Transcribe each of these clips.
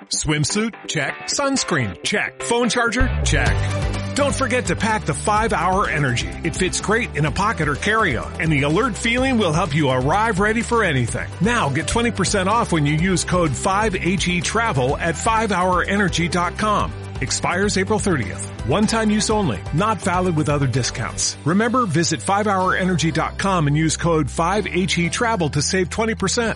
Swimsuit? Check. Sunscreen? Check. Phone charger? Check. Don't forget to pack the 5-Hour Energy. It fits great in a pocket or carry-on, and the alert feeling will help you arrive ready for anything. Now get 20% off when you use code 5HETRAVEL at 5hourenergy.com. Expires April 30th. One-time use only. Not valid with other discounts. Remember, visit 5hourenergy.com and use code 5HETRAVEL to save 20%.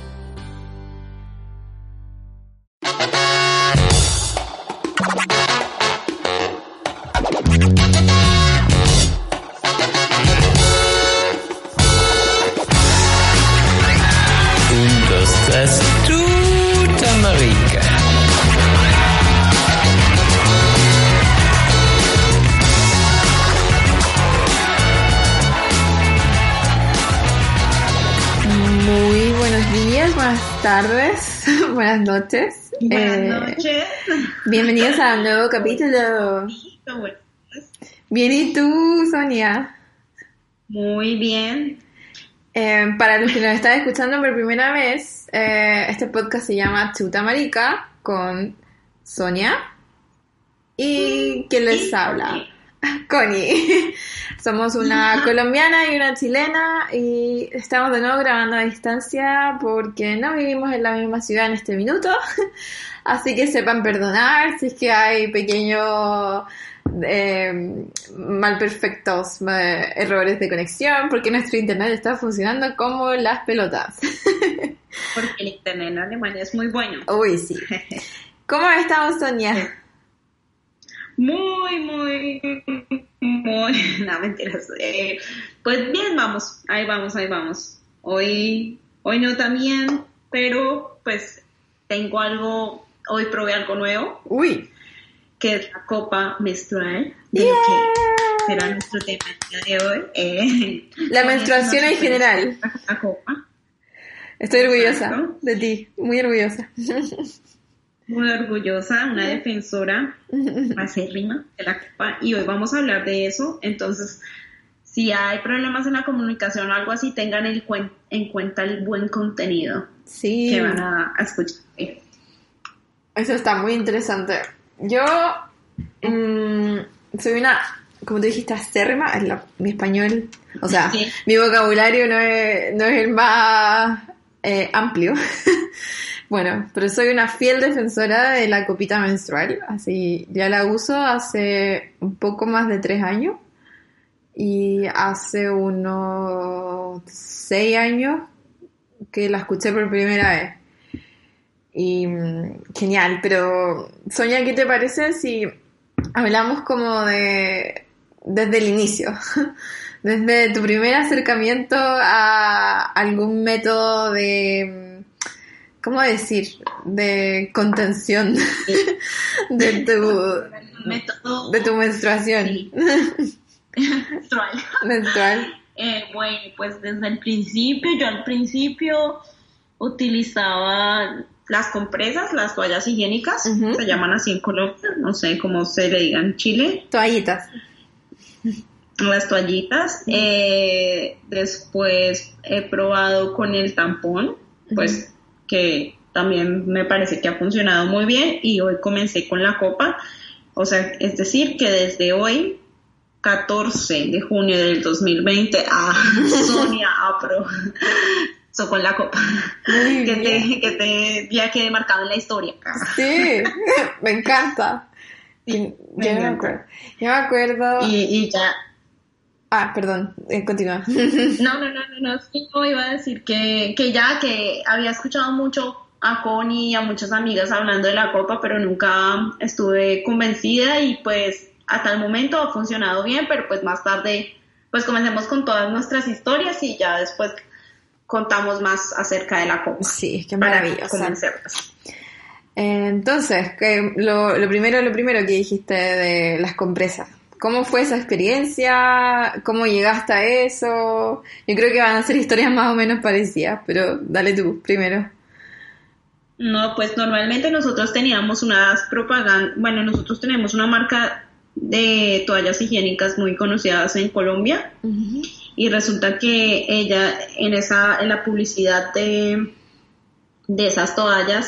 Tardes, buenas noches. Buenas noches. Bienvenidos a un nuevo capítulo. ¿Cómo estás? Bien, ¿y tú, Sonia? Muy bien. Para los que nos están escuchando por primera vez, este podcast se llama Chuta Marica con Sonia y ¿quién les habla? Connie. Somos una colombiana y una chilena y estamos de nuevo grabando a distancia porque no vivimos en la misma ciudad en este minuto, así que sepan perdonar si es que hay pequeños malperfectos errores de conexión porque nuestro internet está funcionando como las pelotas. Porque el internet en Alemania es muy bueno. Uy, sí. ¿Cómo estamos, Sonia? Muy, no, mentiras. Pues bien, ahí vamos. Hoy no tan bien, pero pues hoy probé algo nuevo. Uy. Que es la copa menstrual, de lo que será nuestro tema el día de hoy. La menstruación en general. La copa. Estoy orgullosa de ti, muy orgullosa. Muy orgullosa, una defensora acérrima de la copa, y hoy vamos a hablar de eso. Entonces, si hay problemas en la comunicación o algo así, tengan en cuenta el buen contenido que van a escuchar. Eso está muy interesante. Yo soy una, como tú dijiste, acérrima, mi español, o sea, sí. Mi vocabulario no es el más amplio. Bueno, pero soy una fiel defensora de la copita menstrual, así ya la uso hace un poco más de 3 años y hace unos 6 años que la escuché por primera vez. Y genial, pero Sonia, ¿qué te parece si hablamos como desde el inicio? Desde tu primer acercamiento a algún método de... ¿Cómo decir? De contención de tu menstruación. Sí. Menstrual. Bueno, pues desde el principio, yo al principio utilizaba las compresas, las toallas higiénicas, se llaman así en Colombia, no sé cómo se le diga en Chile. Toallitas. Las toallitas. Después he probado con el tampón, pues que también me parece que ha funcionado muy bien, y hoy comencé con la copa, o sea, es decir, que desde hoy, 14 de junio del 2020, Sonia so con la copa, que ya quede marcado en la historia. Sí, me encanta. Sí, yo me acuerdo. Y ya. Perdón, continúa. No, sí, yo iba a decir que había escuchado mucho a Connie y a muchas amigas hablando de la copa, pero nunca estuve convencida, y pues hasta el momento ha funcionado bien, pero pues más tarde pues comencemos con todas nuestras historias y ya después contamos más acerca de la copa. Sí, qué maravilloso. Entonces, lo primero que dijiste de las compresas. ¿Cómo fue esa experiencia? ¿Cómo llegaste a eso? Yo creo que van a ser historias más o menos parecidas, pero dale tú primero. No, pues normalmente nosotros teníamos nosotros tenemos una marca de toallas higiénicas muy conocidas en Colombia, y resulta que ella en la publicidad de esas toallas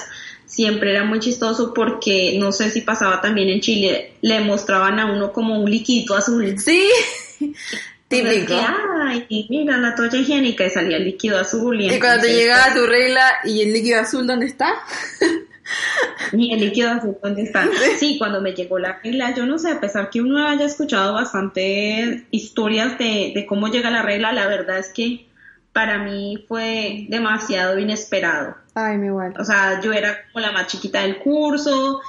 siempre era muy chistoso porque, no sé si pasaba también en Chile, le mostraban a uno como un líquido azul. Sí, típico. Ay, mira la toalla higiénica y salía el líquido azul. Y cuando te llegaba tu regla, ¿y el líquido azul dónde está? Y el líquido azul, ¿dónde está? Sí, cuando me llegó la regla, yo no sé, a pesar que uno haya escuchado bastantes historias de cómo llega la regla, la verdad es que para mí fue demasiado inesperado. Ay, mi igual. O sea, yo era como la más chiquita del curso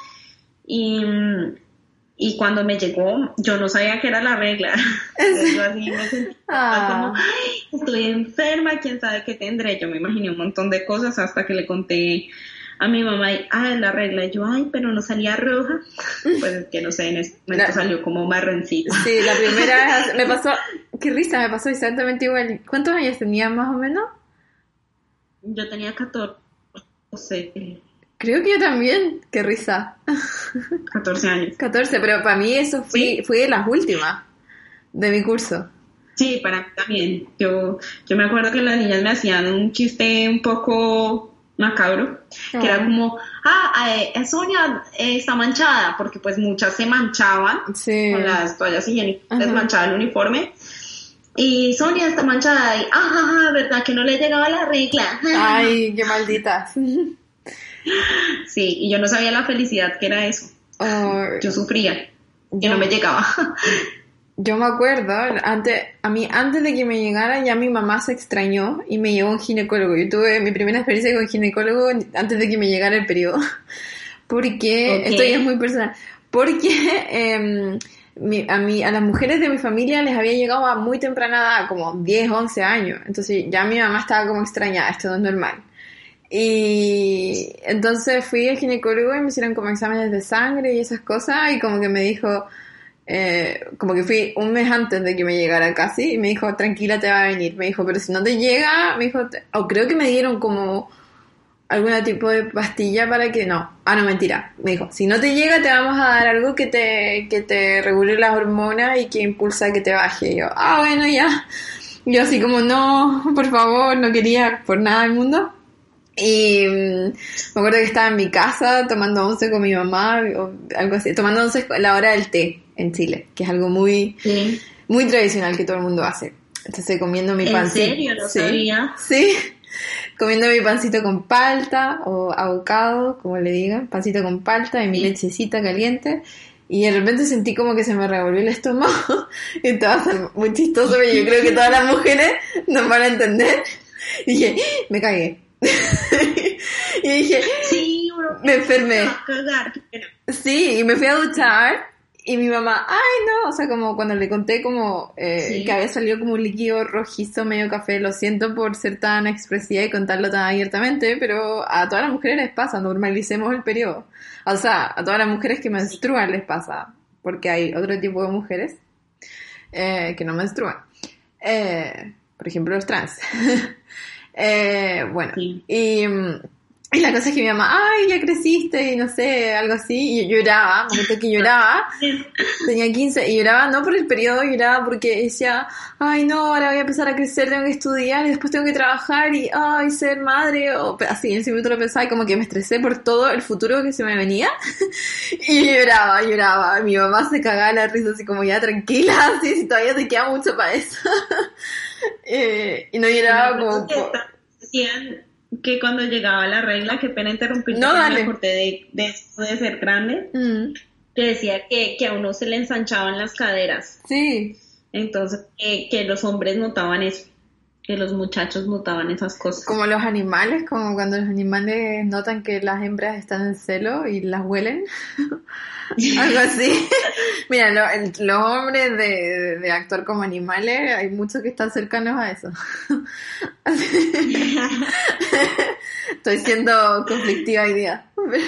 y cuando me llegó, yo no sabía que era la regla. Entonces, yo así me sentí como, ay, estoy enferma, quién sabe qué tendré. Yo me imaginé un montón de cosas hasta que le conté a mi mamá, la regla, y yo, ay, pero no salía roja. Pues es que no sé, en ese momento salió como marroncito. Sí, la primera vez me pasó, qué risa, me pasó exactamente igual. ¿Cuántos años tenía más o menos? Yo tenía 14, creo que yo también, qué risa. 14 años. 14, pero para mí eso fue de las últimas de mi curso. Sí, para mí también. Yo me acuerdo que las niñas me hacían un chiste un poco macabro, que era como, Sonia está manchada, porque pues muchas se manchaban con las toallas higiénicas, les manchaba el uniforme, y Sonia está manchada, y verdad que no le llegaba la regla. Ay, qué maldita. Sí, y yo no sabía la felicidad que era eso. Yo sufría, y no me llegaba. Yo me acuerdo, antes de que me llegara, ya mi mamá se extrañó y me llevó a un ginecólogo. Yo tuve mi primera experiencia con ginecólogo antes de que me llegara el periodo. Porque, esto ya es muy personal, porque a las mujeres de mi familia les había llegado a muy temprana edad, como 10, 11 años. Entonces ya mi mamá estaba como extrañada, esto no es normal. Y entonces fui al ginecólogo y me hicieron como exámenes de sangre y esas cosas, y como que me dijo... como que fui un mes antes de que me llegara casi, y me dijo, tranquila, te va a venir. Me dijo, pero si no te llega, me dijo, o creo que me dieron como algún tipo de pastilla para que no, mentira. Me dijo, si no te llega, te vamos a dar algo que te regule las hormonas y que impulsa que te baje. Y yo, bueno, ya. Yo así como, no, por favor, no quería por nada del mundo. Y me acuerdo que estaba en mi casa tomando once con mi mamá o algo así, tomando once a la hora del té en Chile, que es algo muy muy tradicional que todo el mundo hace. Entonces comiendo mi pancito. ¿En serio? No sabía. Sí, comiendo mi pancito con palta o avocado, como le digan, pancito con palta y mi lechecita caliente. Y de repente sentí como que se me revolvió el estómago. Y esto va a ser muy chistoso, pero yo creo que todas las mujeres nos van a entender. Y dije, me cagué. Y dije, sí, me enfermé. Sí, y me fui a duchar y mi mamá, no, o sea, como cuando le conté como que había salido como un líquido rojizo medio café, lo siento por ser tan expresiva y contarlo tan abiertamente, pero a todas las mujeres les pasa, normalicemos el periodo. O sea, a todas las mujeres que menstruan les pasa, porque hay otro tipo de mujeres que no menstruan. Por ejemplo, los trans. Bueno, y la cosa es que mi mamá, ya creciste y no sé, algo así, y yo lloraba, un momento que lloraba, tenía 15 y lloraba no por el periodo, lloraba porque decía, no, ahora voy a empezar a crecer, tengo que estudiar y después tengo que trabajar y ser madre, o así, en ese momento lo pensaba y como que me estresé por todo el futuro que se me venía y lloraba, mi mamá se cagaba la risa así como ya tranquila, así, si todavía te queda mucho para eso. Y no lloraba como... Decían que cuando llegaba la regla, qué pena interrumpirte, no, me acordé de esto de ser grande, que decía que a uno se le ensanchaban las caderas. Sí. Entonces, que los hombres notaban eso, que los muchachos notaban esas cosas. Como los animales, como cuando los animales notan que las hembras están en celo y las huelen. Algo así. Mira, los hombres de actuar como animales, hay muchos que están cercanos a eso. Estoy siendo conflictiva hoy día.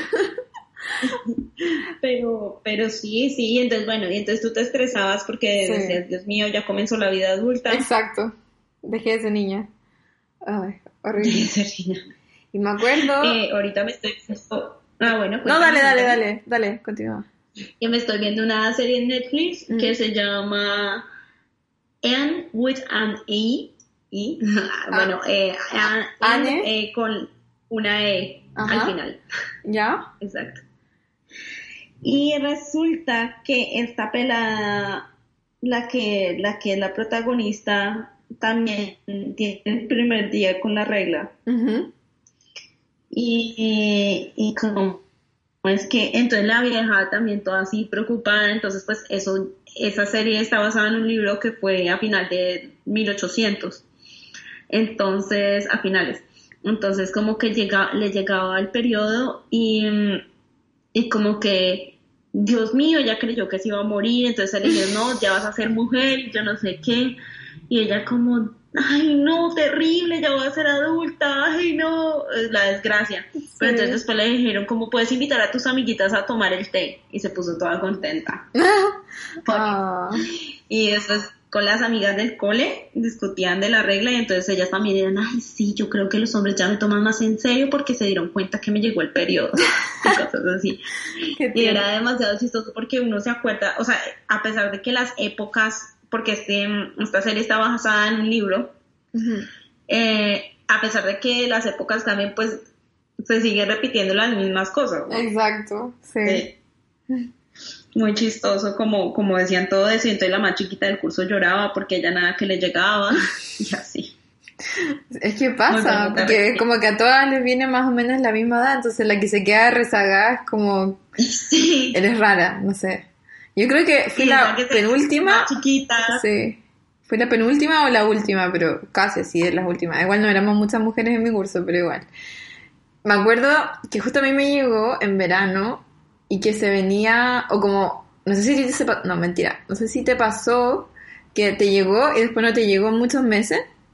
Pero sí, entonces bueno, y entonces tú te estresabas porque decías, Dios mío, ya comenzó la vida adulta. Exacto, dejé de ser niña. Ay, horrible. Dejé de ser niña. Y me acuerdo... ahorita me estoy... bueno, no, dale, continúa. Yo me estoy viendo una serie en Netflix que se llama Anne with an E. Bueno, Anne con una E al final. ¿Ya? Exacto. Y resulta que esta pelada, la que es la protagonista, también tiene el primer día con la regla. Uh-huh. Y como es que entonces la vieja también toda así preocupada, entonces pues esa serie está basada en un libro que fue a final de 1800, entonces a finales, entonces como que le llegaba el periodo y como que Dios mío, ella creyó que se iba a morir, entonces le dijeron no, ya vas a ser mujer y yo no sé qué, y ella como ay no, terrible, ya voy a ser adulta, ay no, la desgracia. Sí. Pero entonces después le dijeron como puedes invitar a tus amiguitas a tomar el té, y se puso toda contenta. Y después con las amigas del cole discutían de la regla y entonces ellas también eran, ay sí, yo creo que los hombres ya me toman más en serio porque se dieron cuenta que me llegó el periodo y cosas así. Y era demasiado chistoso porque uno se acuerda, o sea, a pesar de que las épocas, porque esta serie está basada en un libro, uh-huh. A pesar de que las épocas también pues se siguen repitiendo las mismas cosas, ¿no? Exacto, sí. Muy chistoso como decían todo eso, y entonces la más chiquita del curso lloraba porque ella nada que le llegaba y así. Es que pasa, porque como que a todas les viene más o menos la misma edad, entonces la que se queda rezagada es como sí. Eres rara, no sé. Yo creo que fui la penúltima. Chiquita. Sí. Fue la penúltima o la última, pero casi sí de las últimas. Igual no éramos muchas mujeres en mi curso, pero igual. Me acuerdo que justo a mí me llegó en verano y que se venía, o como, no sé si te pasó que te llegó y después no te llegó en muchos meses.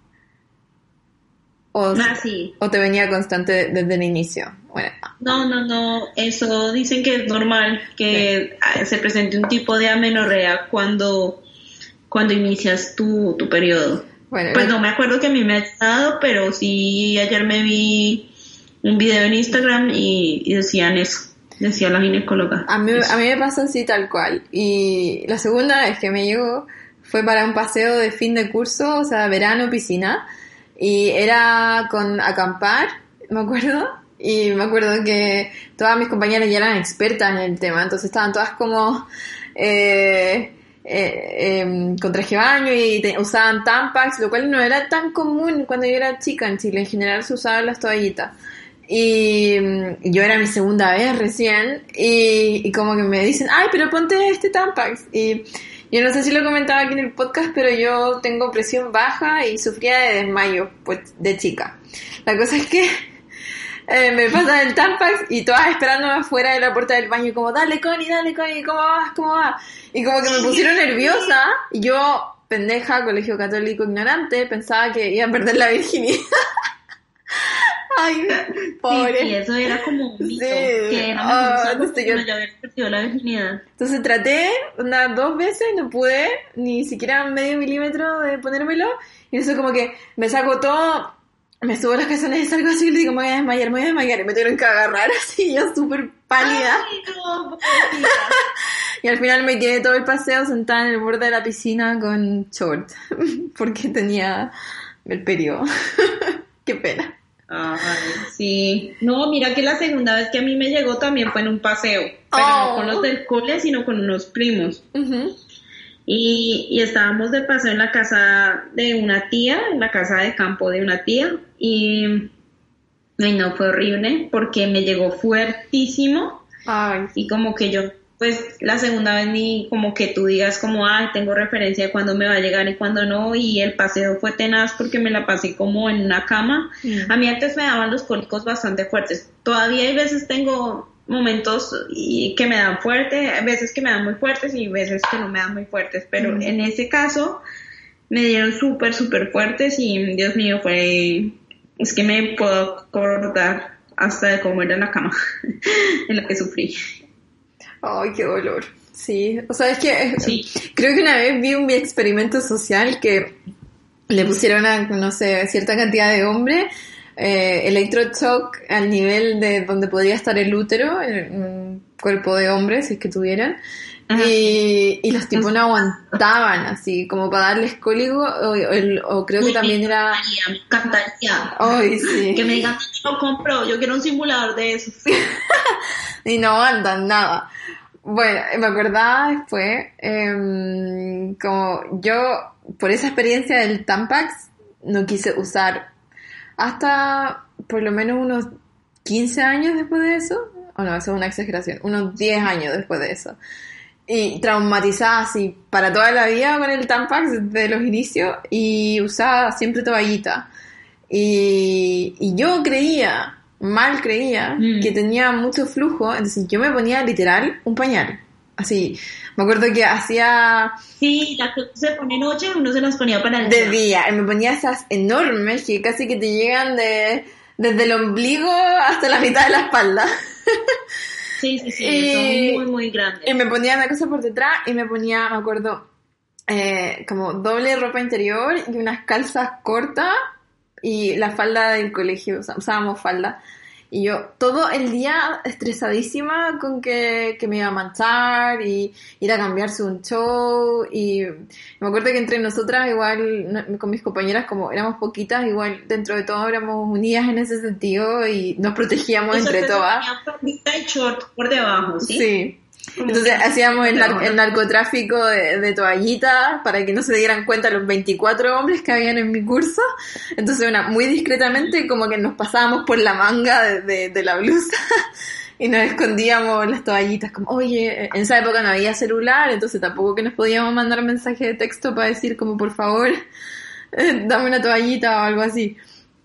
Sí. ¿O te venía constante desde el inicio? Bueno. No, eso dicen que es normal, que se presente un tipo de amenorrea cuando inicias tu periodo. Bueno, pues no me acuerdo que a mí me haya dado, pero sí ayer me vi un video en Instagram y decían eso, decía la ginecóloga. A mí me pasó así tal cual, y la segunda vez que me llegó fue para un paseo de fin de curso, o sea, verano, piscina, y era con acampar, me acuerdo, y me acuerdo que todas mis compañeras ya eran expertas en el tema, entonces estaban todas como con traje de baño y usaban Tampax, lo cual no era tan común cuando yo era chica en Chile. En general se usaban las toallitas, y yo era mi segunda vez recién y como que me dicen ay, pero ponte este Tampax, y yo no sé si lo comentaba aquí en el podcast, pero yo tengo presión baja y sufría de desmayo pues de chica. La cosa es que me pasan el Tampax y todas esperándome afuera de la puerta del baño como dale Connie, ¿cómo vas? Y como que me pusieron nerviosa, y yo, pendeja, colegio católico ignorante, pensaba que iba a perder la virginidad. Ay, pobre. Sí, eso era como un mito, que era mejor porque yo ya había perdido la virginidad. Entonces traté 2 veces, no pude ni siquiera medio milímetro de ponérmelo, y eso como que me saco todo, me subo las calzones y salgo así y le digo me voy a desmayar, y me tuvieron que agarrar así, yo súper pálida. Ay, no, y al final me quedé todo el paseo sentada en el borde de la piscina con short, porque tenía el periodo. Qué pena. Ay, sí. No, mira que la segunda vez que a mí me llegó también fue en un paseo, pero no con los del cole, sino con unos primos. Uh-huh. Y estábamos de paseo en la casa de una tía, en la casa de campo de una tía, y no, fue horrible porque me llegó fuertísimo. Ay. Y como que yo, pues la segunda vez ni como que tú digas como, ay, tengo referencia de cuándo me va a llegar y cuándo no, y el paseo fue tenaz porque me la pasé como en una cama. A mí antes me daban los cólicos bastante fuertes, todavía hay veces tengo momentos que me dan fuerte, hay veces que me dan muy fuertes y veces que no me dan muy fuertes, pero en ese caso me dieron súper fuertes y Dios mío, es que me puedo acordar hasta de cómo era la cama en la que sufrí. Ay, qué dolor. Sí, o sea, es que sí. Creo que una vez vi un experimento social que le pusieron a, no sé, cierta cantidad de hombres electroshock al nivel de donde podría estar el útero en un cuerpo de hombre, si es que tuvieran, Y los tipos no aguantaban, así, como para darles cólico, o creo que también era... Me encantaría. Ay, sí. Que me digan, yo compro, yo quiero un simulador de eso. Y no aguantan nada. Bueno, me acordaba después, como yo, por esa experiencia del Tampax, no quise usar hasta por lo menos unos 15 años después de eso. O no, eso es una exageración. Unos 10 años después de eso. Y traumatizada así para toda la vida con el Tampax desde los inicios. Y usaba siempre toallita. Y yo mal creía que tenía mucho flujo. Entonces yo me ponía literal un pañal. Así, me acuerdo que hacía... Sí, las que se pone noche, uno se las ponía para el de día. Y me ponía esas enormes que casi que te llegan desde el ombligo hasta la mitad de la espalda. Sí, son muy, muy grandes. Y me ponía una cosa por detrás y me ponía, me acuerdo, como doble ropa interior y unas calzas cortas y la falda del colegio, usábamos falda. Y yo todo el día estresadísima con que me iba a manchar y ir a cambiarse un show. Y me acuerdo que entre nosotras igual, con mis compañeras, como éramos poquitas, igual dentro de todo éramos unidas en ese sentido y nos protegíamos entre todas. Y short por debajo, ¿sí? Sí. Entonces hacíamos el narcotráfico de toallitas para que no se dieran cuenta los 24 hombres que habían en mi curso. Entonces muy discretamente como que nos pasábamos por la manga de la blusa y nos escondíamos las toallitas como, oye, en esa época no había celular, entonces tampoco que nos podíamos mandar mensaje de texto para decir como, por favor, dame una toallita o algo así.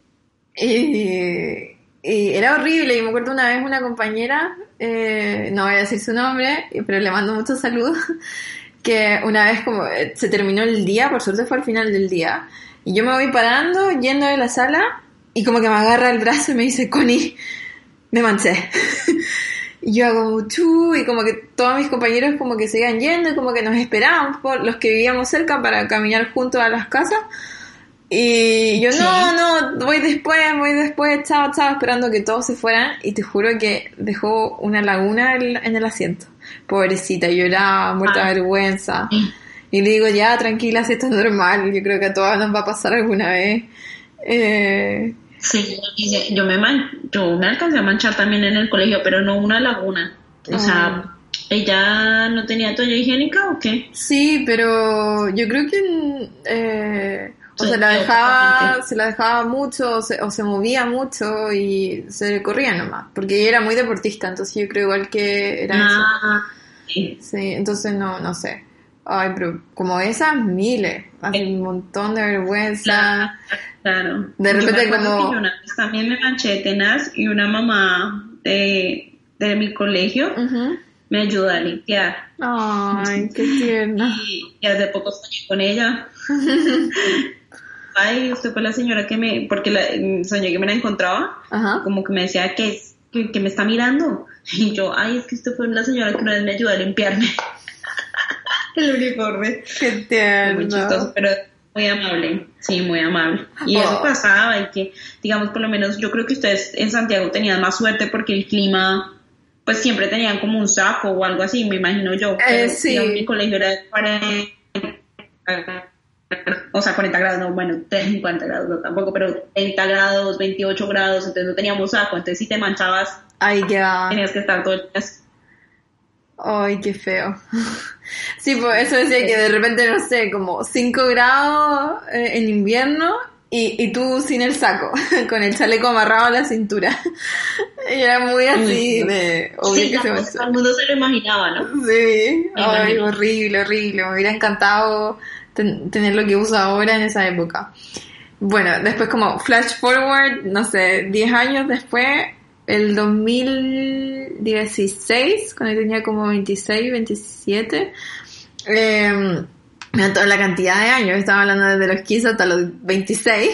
Y era horrible, y me acuerdo una vez una compañera, no voy a decir su nombre, pero le mando muchos saludos, que una vez como se terminó el día, por suerte fue al final del día, y yo me voy parando, yendo de la sala, y como que me agarra el brazo y me dice, Connie, me manché. Y yo hago chu, y como que todos mis compañeros como que se iban yendo, y como que nos esperábamos por los que vivíamos cerca para caminar juntos a las casas. Y yo, no, voy después, chao, esperando que todos se fueran, y te juro que dejó una laguna en el asiento. Pobrecita, lloraba, muerta de vergüenza. Y le digo, ya, tranquila, si esto es normal, yo creo que a todas nos va a pasar alguna vez. Sí, yo me alcancé a manchar también en el colegio, pero no una laguna. O sea, ¿ella no tenía toalla higiénica o qué? Sí, pero yo creo que... O se la dejaba mucho, o se movía mucho y se corría nomás, porque ella era muy deportista, entonces yo creo igual que era eso. Sí, entonces no sé. Ay, pero como esas miles, hace un montón de vergüenza. Claro. De repente como... Yo una vez también me manché tenaz y una mamá de mi colegio me ayudó a limpiar. Ay, qué tierna. Y hace poco soñé con ella. Ay, usted fue la señora porque soñé que me la encontraba, como que me decía que me está mirando, y yo, ay, es que usted fue la señora que una vez me ayudó a limpiarme el uniforme. Qué tierno. Muy chistoso, pero muy amable, sí, muy amable. Y eso pasaba, y que, digamos, por lo menos yo creo que ustedes en Santiago tenían más suerte porque el clima, pues siempre tenían como un saco o algo así, me imagino yo. Pero, sí. Digamos, mi colegio era de 40 grados, no, bueno, 50 grados, no tampoco, pero 30 grados, 28 grados, entonces no teníamos saco, entonces si te manchabas, ay, qué va. Tenías que estar todo el día. Ay, qué feo. Sí, pues eso decía que de repente, no sé, como 5 grados en invierno y tú sin el saco, con el chaleco amarrado a la cintura. Y era muy así de... Sí, todo el mundo se lo imaginaba, ¿no? Sí, ay, horrible, me hubiera encantado tener lo que uso ahora en esa época. Bueno, después como flash forward, no sé, 10 años después, el 2016, cuando tenía como 26, 27, toda la cantidad de años, estaba hablando desde los 15 hasta los 26,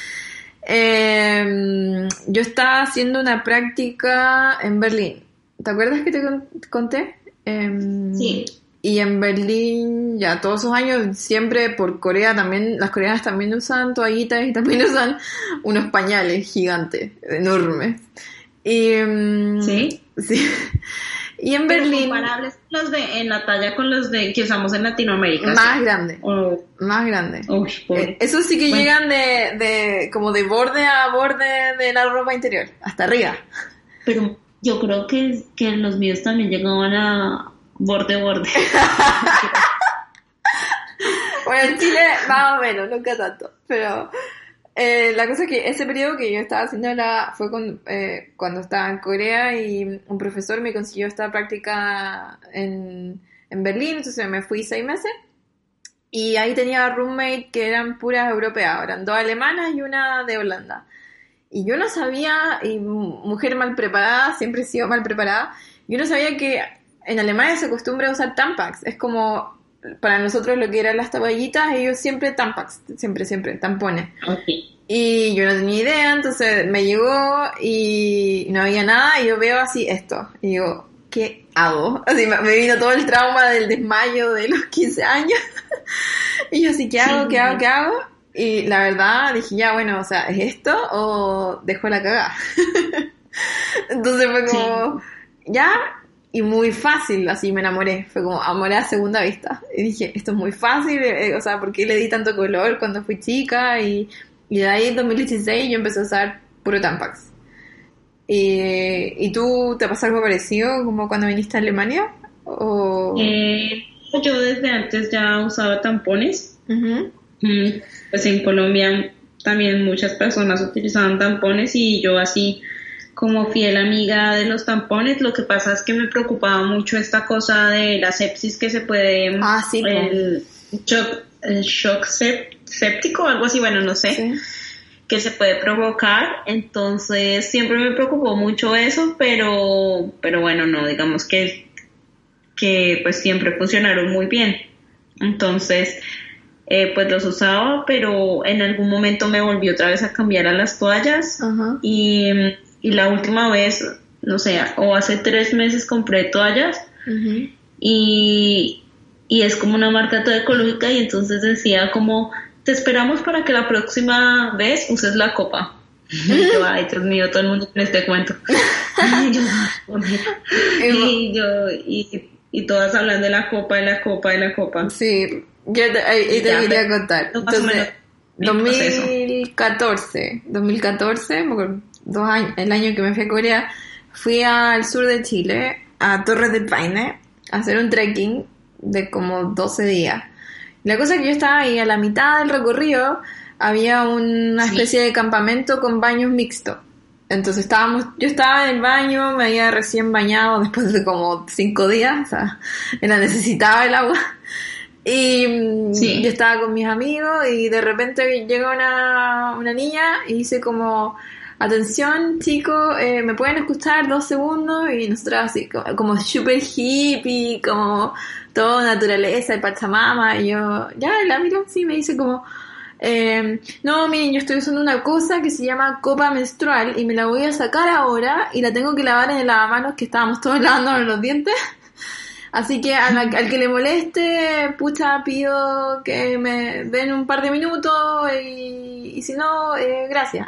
yo estaba haciendo una práctica en Berlín. ¿Te acuerdas que te conté? Sí. Y en Berlín, ya todos esos años, siempre por Corea también, las coreanas también usan toallitas y también usan unos pañales gigantes, enormes. Y, ¿sí? Sí. Y en Berlín... comparables los de en la talla con los de que usamos en Latinoamérica. Más ¿sí? grande. Más grande. Uy, eso sí que llegan como de borde a borde de la ropa interior, hasta arriba. Pero yo creo que los míos también llegaban a borde. Bueno, en Chile más o menos, nunca tanto. Pero la cosa es que ese periodo que yo estaba haciendo fue cuando estaba en Corea y un profesor me consiguió esta práctica en Berlín, entonces me fui 6 meses y ahí tenía roommate que eran puras europeas, eran 2 alemanas y una de Holanda. Y yo no sabía, y mujer mal preparada, siempre he sido mal preparada, yo no sabía que en Alemania se acostumbra a usar Tampax, es como... Para nosotros lo que eran las toallitas, ellos siempre Tampax, siempre, tampones. Okay. Y yo no tenía idea, entonces me llegó y no había nada y yo veo así esto. Y digo, ¿qué hago? Así me vino todo el trauma del desmayo de los 15 años. Y yo así, ¿qué hago? Y la verdad dije, ya bueno, o sea, ¿es esto o dejo la cagada? Entonces fue como, ya... Y muy fácil, así me enamoré. Fue como amor a segunda vista. Y dije, esto es muy fácil, o sea, ¿por qué le di tanto color cuando fui chica? Y de ahí en 2016 yo empecé a usar puro Tampax. ¿Y tú te pasó algo parecido como cuando viniste a Alemania? ¿O? Yo desde antes ya usaba tampones. Uh-huh. Pues en Colombia también muchas personas utilizaban tampones y yo así... como fiel amiga de los tampones, lo que pasa es que me preocupaba mucho esta cosa de la sepsis que se puede... sí, el shock séptico, algo así, bueno, no sé, sí. Que se puede provocar, entonces siempre me preocupó mucho eso, pero bueno, no, digamos que pues siempre funcionaron muy bien, entonces... pues los usaba, pero en algún momento me volví otra vez a cambiar a las toallas. Uh-huh. Y la última vez, no sé, o hace 3 meses compré toallas. Uh-huh. Y es como una marca toda ecológica y entonces decía como, te esperamos para que la próxima vez uses la copa. Y yo, ay, Dios mío, todo el mundo con este cuento. y todas hablan de la copa. Sí. Yo te quería contar. Entonces, 2014, el año que me fui a Corea, fui al sur de Chile, a Torres del Paine, a hacer un trekking de como 12 días. La cosa es que yo estaba ahí, a la mitad del recorrido, había una especie de campamento con baños mixtos. Entonces yo estaba en el baño, me había recién bañado después de como 5 días, o sea, necesitaba el agua. Y yo estaba con mis amigos y de repente llega una niña y dice como, atención chicos, ¿me pueden escuchar 2 segundos? Y nosotros así como super hippie, como todo naturaleza y Pachamama. Y yo, ya, la miro, sí, me dice como, no, miren, yo estoy usando una cosa que se llama copa menstrual y me la voy a sacar ahora y la tengo que lavar en el lavamanos, que estábamos todos lavándonos los dientes. Así que al que le moleste, pucha, pido que me den un par de minutos y si no, gracias.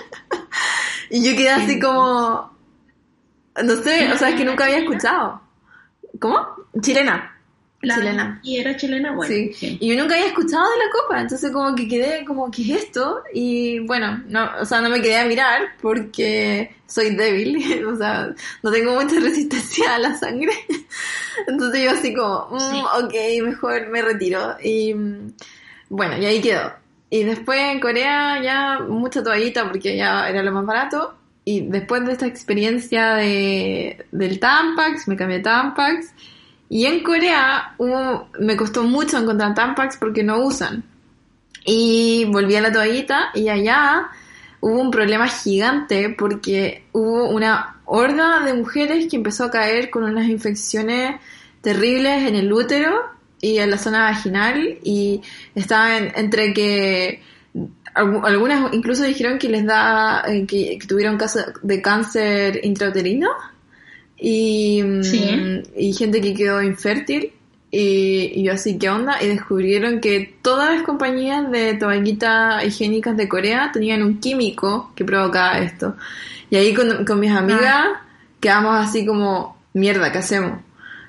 Y yo quedé así como, no sé, o sea, es que nunca había escuchado. ¿Cómo? Chilena. ¿Y era chilena? Bueno. Sí. Y yo nunca había escuchado de la copa, entonces como que quedé como, ¿qué es esto? Y bueno, no me quedé a mirar porque soy débil, o sea, no tengo mucha resistencia a la sangre. Entonces yo así como, ok, mejor me retiro. Y bueno, y ahí quedó. Y después en Corea ya mucha toallita porque ya era lo más barato. Y después de esta experiencia del Tampax, me cambié a Tampax. Y en Corea me costó mucho encontrar Tampax porque no usan. Y volví a la toallita y allá hubo un problema gigante porque hubo una horda de mujeres que empezó a caer con unas infecciones terribles en el útero y en la zona vaginal y estaban entre que algunas incluso dijeron que les da que tuvieron casos de cáncer intrauterino y gente que quedó infértil y yo así, ¿qué onda? Y descubrieron que todas las compañías de toallitas higiénicas de Corea tenían un químico que provocaba esto. Y ahí con mis amigas quedamos así como, mierda, ¿qué hacemos?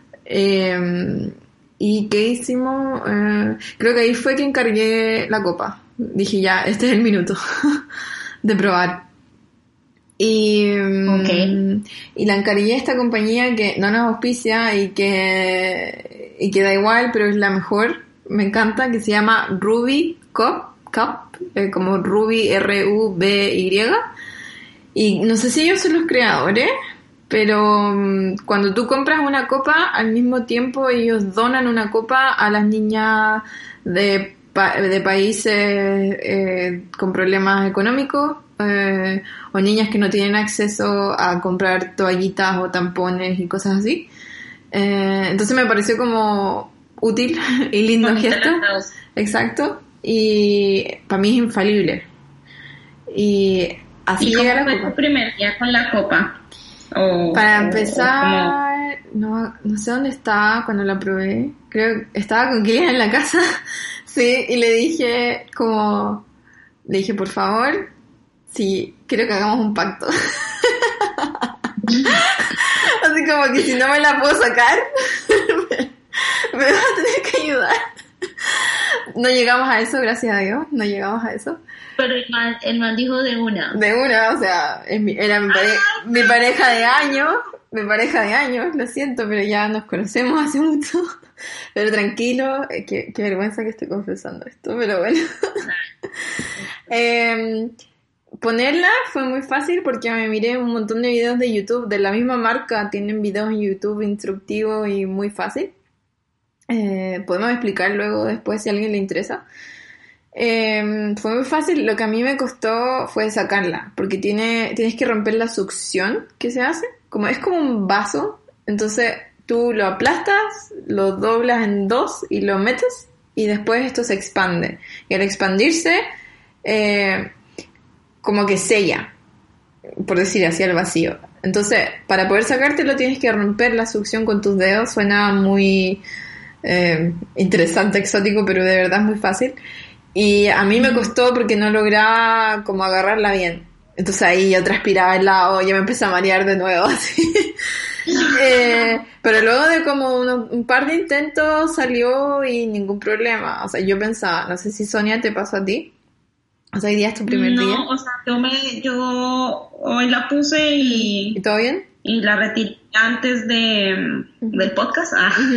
¿Y qué hicimos? Creo que ahí fue que encargué la copa. Dije, ya, este es el minuto de probar. Y la encargué a esta compañía que no nos auspicia y que da igual, pero es la mejor, me encanta, que se llama Ruby Cup, como Ruby, R-U-B-Y. Y no sé si ellos son los creadores, pero cuando tú compras una copa, al mismo tiempo ellos donan una copa a las niñas de países con problemas económicos, o niñas que no tienen acceso a comprar toallitas o tampones y cosas así. Entonces me pareció como útil y lindo gesto. Exacto. Y para mí es infalible. Y así llega la copa. ¿Cómo fue tu primer día con la copa? Para empezar, no sé dónde estaba cuando la probé. Creo que estaba con Kylian en la casa. Sí, y le dije, por favor, sí, quiero que hagamos un pacto. Así como que si no me la puedo sacar, me vas a tener que ayudar. No llegamos a eso, gracias a Dios, no llegamos a eso. Pero el man dijo de una. De una, o sea, era mi pareja de años, lo siento, pero ya nos conocemos hace mucho. Pero tranquilo, qué vergüenza que estoy confesando esto, pero bueno. Ponerla fue muy fácil porque me miré un montón de videos de YouTube de la misma marca, tienen videos en YouTube instructivos y muy fácil. Podemos explicar luego después si a alguien le interesa. Fue muy fácil, lo que a mí me costó fue sacarla, porque tienes que romper la succión que se hace, es como un vaso, entonces tú lo aplastas, lo doblas en dos y lo metes y después esto se expande, y al expandirse como que sella, por decir así, al vacío. Entonces para poder sacártelo tienes que romper la succión con tus dedos. Suena muy interesante, exótico, pero de verdad es muy fácil. Y a mí me costó porque no lograba como agarrarla bien. Entonces ahí yo transpiraba el lado, ya me empecé a marear de nuevo, así. Pero luego de como un par de intentos salió y ningún problema. O sea, yo pensaba, no sé si Sonia te pasó a ti. O sea, hoy día es tu primer día. No, o sea, yo hoy la puse ¿Y todo bien? Y la retiré antes del podcast.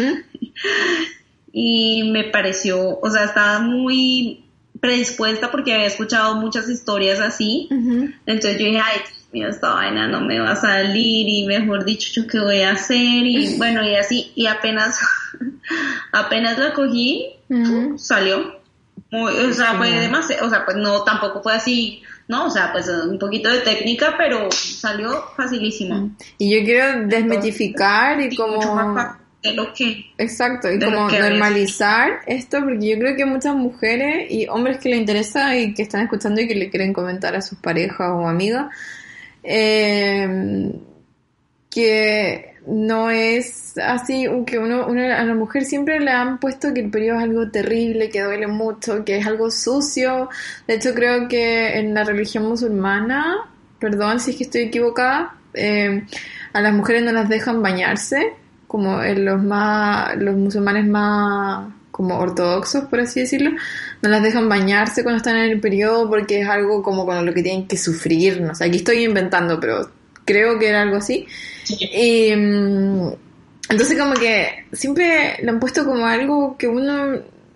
Y me pareció, o sea, estaba muy predispuesta porque había escuchado muchas historias así. Entonces yo dije, ay, Dios mío, esta vaina no me va a salir, y mejor dicho, ¿yo qué voy a hacer? Y bueno, y así, y apenas la cogí, salió. O sea, fue demasiado, o sea, pues no, tampoco fue así, ¿no? O sea, pues un poquito de técnica, pero salió facilísimo. Y yo quiero desmitificar y como... de lo que... Exacto, y como normalizar esto, porque yo creo que muchas mujeres y hombres que les interesa y que están escuchando y que le quieren comentar a sus parejas o amigas, que no es así, que a la mujer siempre le han puesto que el periodo es algo terrible, que duele mucho, que es algo sucio. De hecho, creo que en la religión musulmana, perdón si es que estoy equivocada, a las mujeres no las dejan bañarse, como en los musulmanes más como ortodoxos, por así decirlo, no las dejan bañarse cuando están en el periodo porque es algo como con lo que tienen que sufrir. No sé, aquí estoy inventando, pero creo que era algo así. Sí. Y entonces como que siempre lo han puesto como algo que uno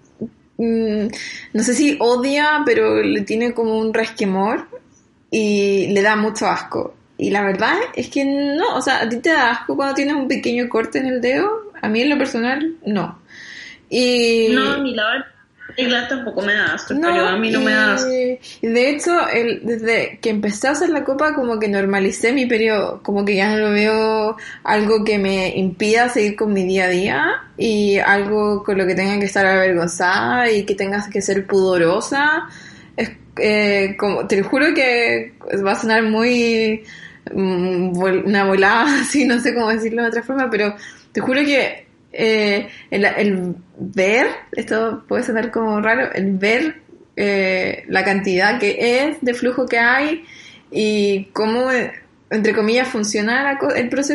no sé si odia, pero le tiene como un resquemor y le da mucho asco. Y la verdad es que no, o sea, a ti te da asco cuando tienes un pequeño corte en el dedo. A mí en lo personal, no. No, a mí la verdad tampoco me da asco, no, pero a mí no me da asco. Y de hecho, desde que empecé a hacer la copa, como que normalicé mi periodo, como que ya no lo veo algo que me impida seguir con mi día a día y algo con lo que tenga que estar avergonzada y que tengas que ser pudorosa. Como te juro que va a sonar muy una volada, así, no sé cómo decirlo de otra forma, pero te juro que el ver, esto puede sonar como raro, el ver la cantidad que es de flujo que hay y cómo, entre comillas, funciona el proceso,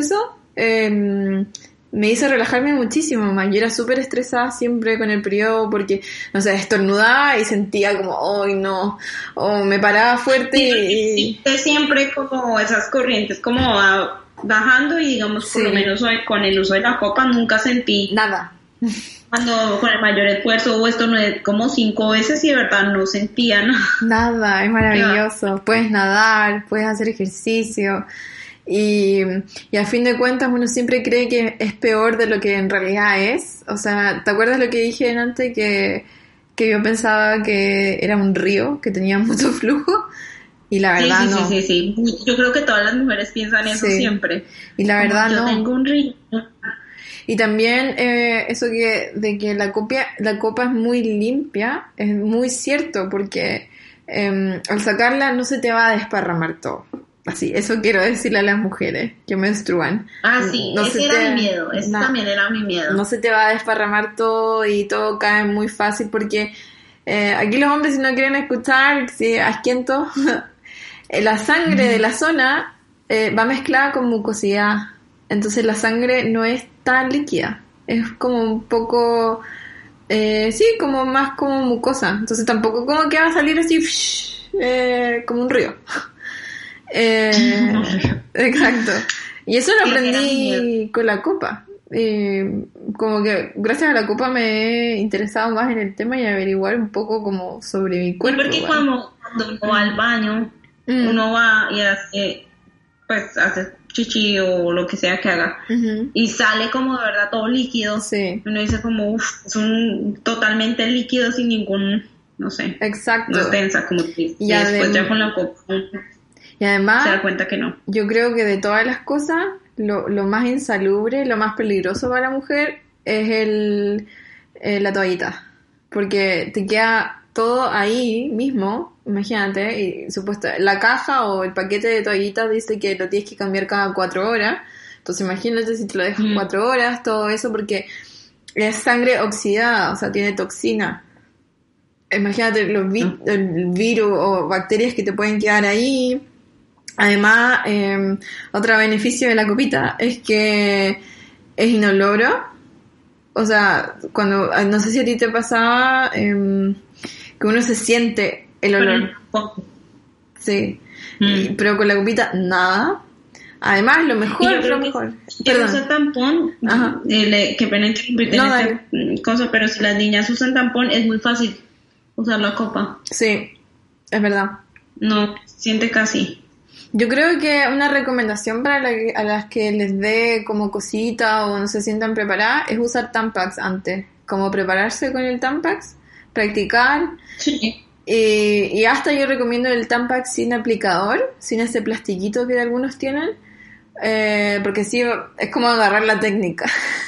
me hizo relajarme muchísimo más. Yo era súper estresada siempre con el periodo porque, no sé, estornudaba y sentía como, ¡ay, no! O me paraba fuerte y siempre como esas corrientes como bajando y digamos, por lo menos hoy con el uso de la copa nunca sentí nada. Cuando con el mayor esfuerzo o esto no es como 5 veces y de verdad no sentía nada. Nada, es maravilloso. Puedes nadar, puedes hacer ejercicio y a fin de cuentas uno siempre cree que es peor de lo que en realidad es. O sea, ¿te acuerdas lo que dije antes que yo pensaba que era un río, que tenía mucho flujo? Y la verdad no. Sí. Yo creo que todas las mujeres piensan eso siempre. Y la verdad no. Yo tengo un río. Y también eso de que la copa es muy limpia, es muy cierto, porque al sacarla no se te va a desparramar todo. Así, eso quiero decirle a las mujeres que menstruan. Sí, ese era mi miedo, ese también era mi miedo. No se te va a desparramar todo y todo cae muy fácil, porque aquí los hombres, si no quieren escuchar, si asquiento, la sangre de la zona va mezclada con mucosidad. Entonces la sangre no es tan líquida, es como un poco, como más como mucosa. Entonces tampoco como que va a salir así, como un río. Exacto. Y eso lo aprendí con la copa. Como que gracias a la copa me he interesado más en el tema y averiguar un poco como sobre mi cuerpo. Porque cuando uno va al baño, uno va y hace chichi o lo que sea que haga y sale como de verdad todo líquido. Uno dice como es un totalmente líquido sin ningún, no sé, exacto, no es densa como y después ya con la copa y además se da cuenta que no. Yo creo que de todas las cosas lo más insalubre, lo más peligroso para la mujer es la toallita, porque te queda todo ahí mismo. Imagínate, y la caja o el paquete de toallitas dice que lo tienes que cambiar cada 4 horas. Entonces imagínate si te lo dejas 4 horas, todo eso, porque es sangre oxidada, o sea, tiene toxina. Imagínate los el virus o bacterias que te pueden quedar ahí. Además, otro beneficio de la copita es que es inoloro. O sea, cuando, no sé si a ti te pasaba que uno se siente el olor. Sí. Pero con la copita, nada. Además, lo mejor. Si usa tampón, que pena interrumpirte cosa, pero si las niñas usan tampón, es muy fácil usar la copa. Sí, es verdad. No, siente casi. Yo creo que una recomendación para a las que les dé como cosita o no se sientan preparadas es usar Tampax antes. Como prepararse con el Tampax, practicar. Sí. Y hasta yo recomiendo el Tampax sin aplicador, sin ese plastiquito que algunos tienen, porque sí, es como agarrar la técnica.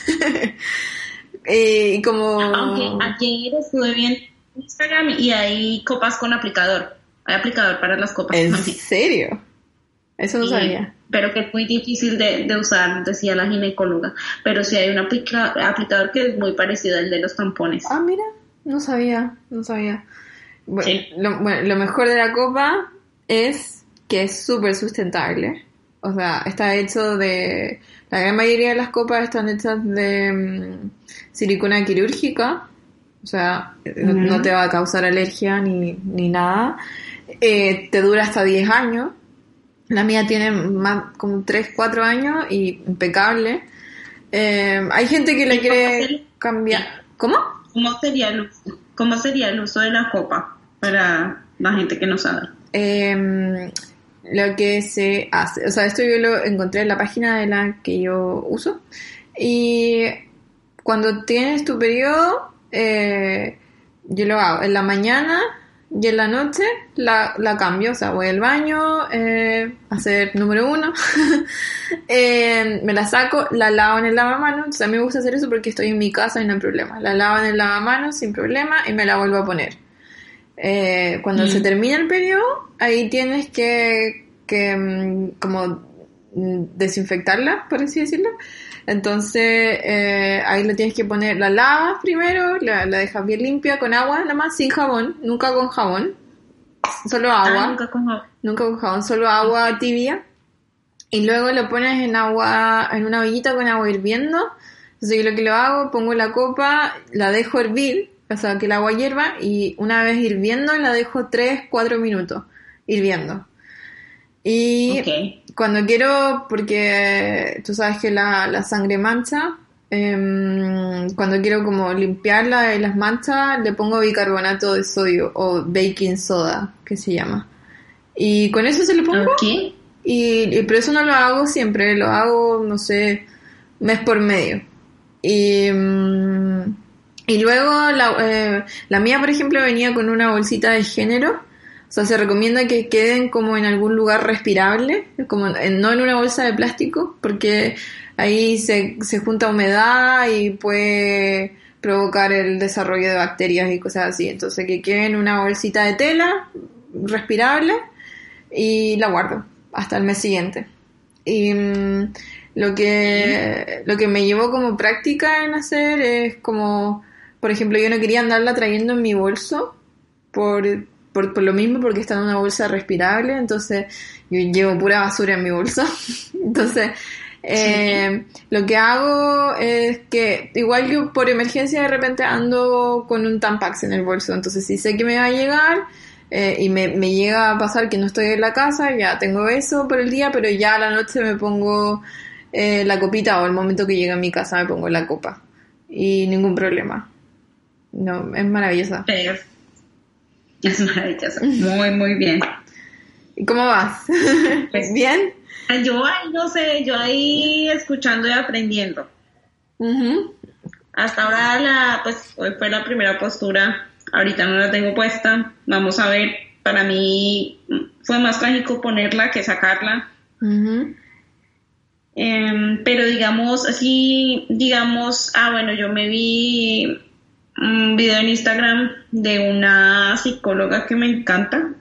Y como... Aunque ayer estuve viendo Instagram y hay copas con aplicador. Hay aplicador para las copas. ¿En serio? Eso no sabía. Pero que es muy difícil de usar, decía la ginecóloga. Pero sí hay un aplicador que es muy parecido al de los tampones. Ah, mira, no sabía. Bueno, sí. Lo mejor de la copa es que es súper sustentable. O sea, está hecho de... La gran mayoría de las copas están hechas de silicona quirúrgica. O sea, no te va a causar alergia ni nada. Te dura hasta 10 años. La mía tiene más como 3-4 años y impecable. Hay gente que le quiere cambiar. ¿Cómo? ¿Cómo sería el uso de la copa para la gente que no sabe? Lo que se hace, o sea, esto yo lo encontré en la página de la que yo uso. Y cuando tienes tu periodo, yo lo hago en la mañana y en la noche la cambio, o sea, voy al baño, hacer número 1, me la saco, la lavo en el lavamanos. O sea, a mí me gusta hacer eso porque estoy en mi casa y no hay problema. La lavo en el lavamanos sin problema y me la vuelvo a poner. Cuando se termina el periodo, ahí tienes que como desinfectarla, por así decirlo. Entonces ahí le tienes que poner, la lavas primero, la dejas bien limpia con agua nada más, sin jabón, nunca con jabón, solo agua. Nunca con jabón, solo agua tibia. y luego lo pones en agua, en una ollita con agua hirviendo. Entonces yo lo que lo hago, pongo la copa, la dejo hervir, o sea, que el agua hierva, y una vez hirviendo la dejo 3-4 minutos hirviendo. Y cuando quiero, porque tú sabes que la sangre mancha, cuando quiero como limpiarla de las manchas, le pongo bicarbonato de sodio o baking soda, que se llama. Y con eso se le pongo. Pero eso no lo hago siempre, lo hago, no sé, mes por medio. Y luego la mía, por ejemplo, venía con una bolsita de género. O sea, se recomienda que queden como en algún lugar respirable, como no en una bolsa de plástico, porque ahí se junta humedad y puede provocar el desarrollo de bacterias y cosas así. Entonces, que quede en una bolsita de tela respirable y la guardo hasta el mes siguiente. Y lo que me llevó como práctica en hacer es como, por ejemplo, yo no quería andarla trayendo en mi bolso por lo mismo, porque está en una bolsa respirable, entonces yo llevo pura basura en mi bolso. Entonces, lo que hago es que, igual yo por emergencia de repente ando con un Tampax en el bolso, entonces si sé que me va a llegar y me llega a pasar que no estoy en la casa, ya tengo eso por el día, pero ya a la noche me pongo la copita, o el momento que llega a mi casa me pongo la copa y ningún problema. No, es maravillosa. Es maravilloso, muy, muy bien. ¿Y cómo vas? Pues, ¿Bien? Yo ahí, no sé, yo ahí escuchando y aprendiendo. Uh-huh. Hasta ahora, pues hoy fue la primera postura, ahorita no la tengo puesta, vamos a ver, para mí fue más trágico ponerla que sacarla. Uh-huh. Pero digamos, bueno, yo me vi un video en Instagram de una psicóloga que me encanta,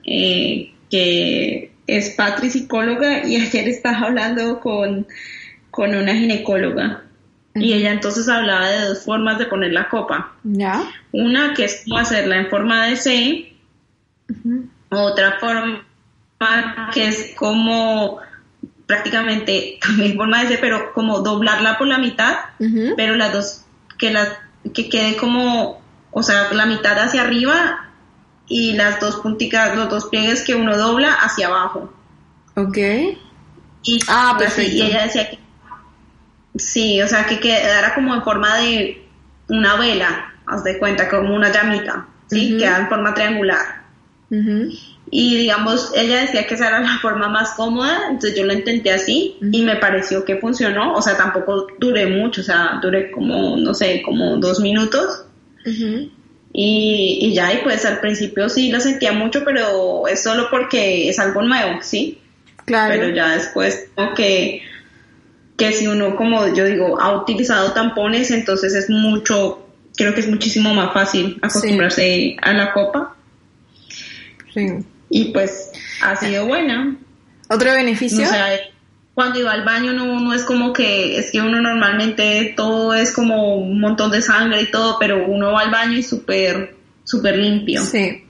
que es Patri psicóloga, y ayer estaba hablando con una ginecóloga. Uh-huh. Y ella entonces hablaba de 2 formas de poner la copa. ¿Ya? Una que es como hacerla en forma de C, uh-huh. Otra forma que es como prácticamente también forma de C, pero como doblarla por la mitad, uh-huh. Pero las dos, que quede como, o sea, la mitad hacia arriba y las 2 punticas, los 2 pliegues que uno dobla hacia abajo. Okay. Perfecto. Y ella decía que sí, o sea, que quedara como en forma de una vela, haz de cuenta, como una llamita, ¿sí? Uh-huh. Queda en forma triangular. Uh-huh. Y digamos, ella decía que esa era la forma más cómoda, entonces yo lo intenté así, uh-huh. Y me pareció que funcionó, o sea, tampoco duré mucho, o sea, duré como, no sé, como 2 minutos. Uh-huh. Y ya, y pues al principio sí lo sentía mucho, pero es solo porque es algo nuevo, ¿sí? Claro. Pero ya después, como que si uno, como yo digo, ha utilizado tampones, entonces es mucho, creo que es muchísimo más fácil acostumbrarse a la copa. Sí. Y pues ha sido buena. ¿Otro beneficio? O sea, cuando iba al baño no es como que, es que uno normalmente todo es como un montón de sangre y todo, pero uno va al baño y súper limpio. Sí.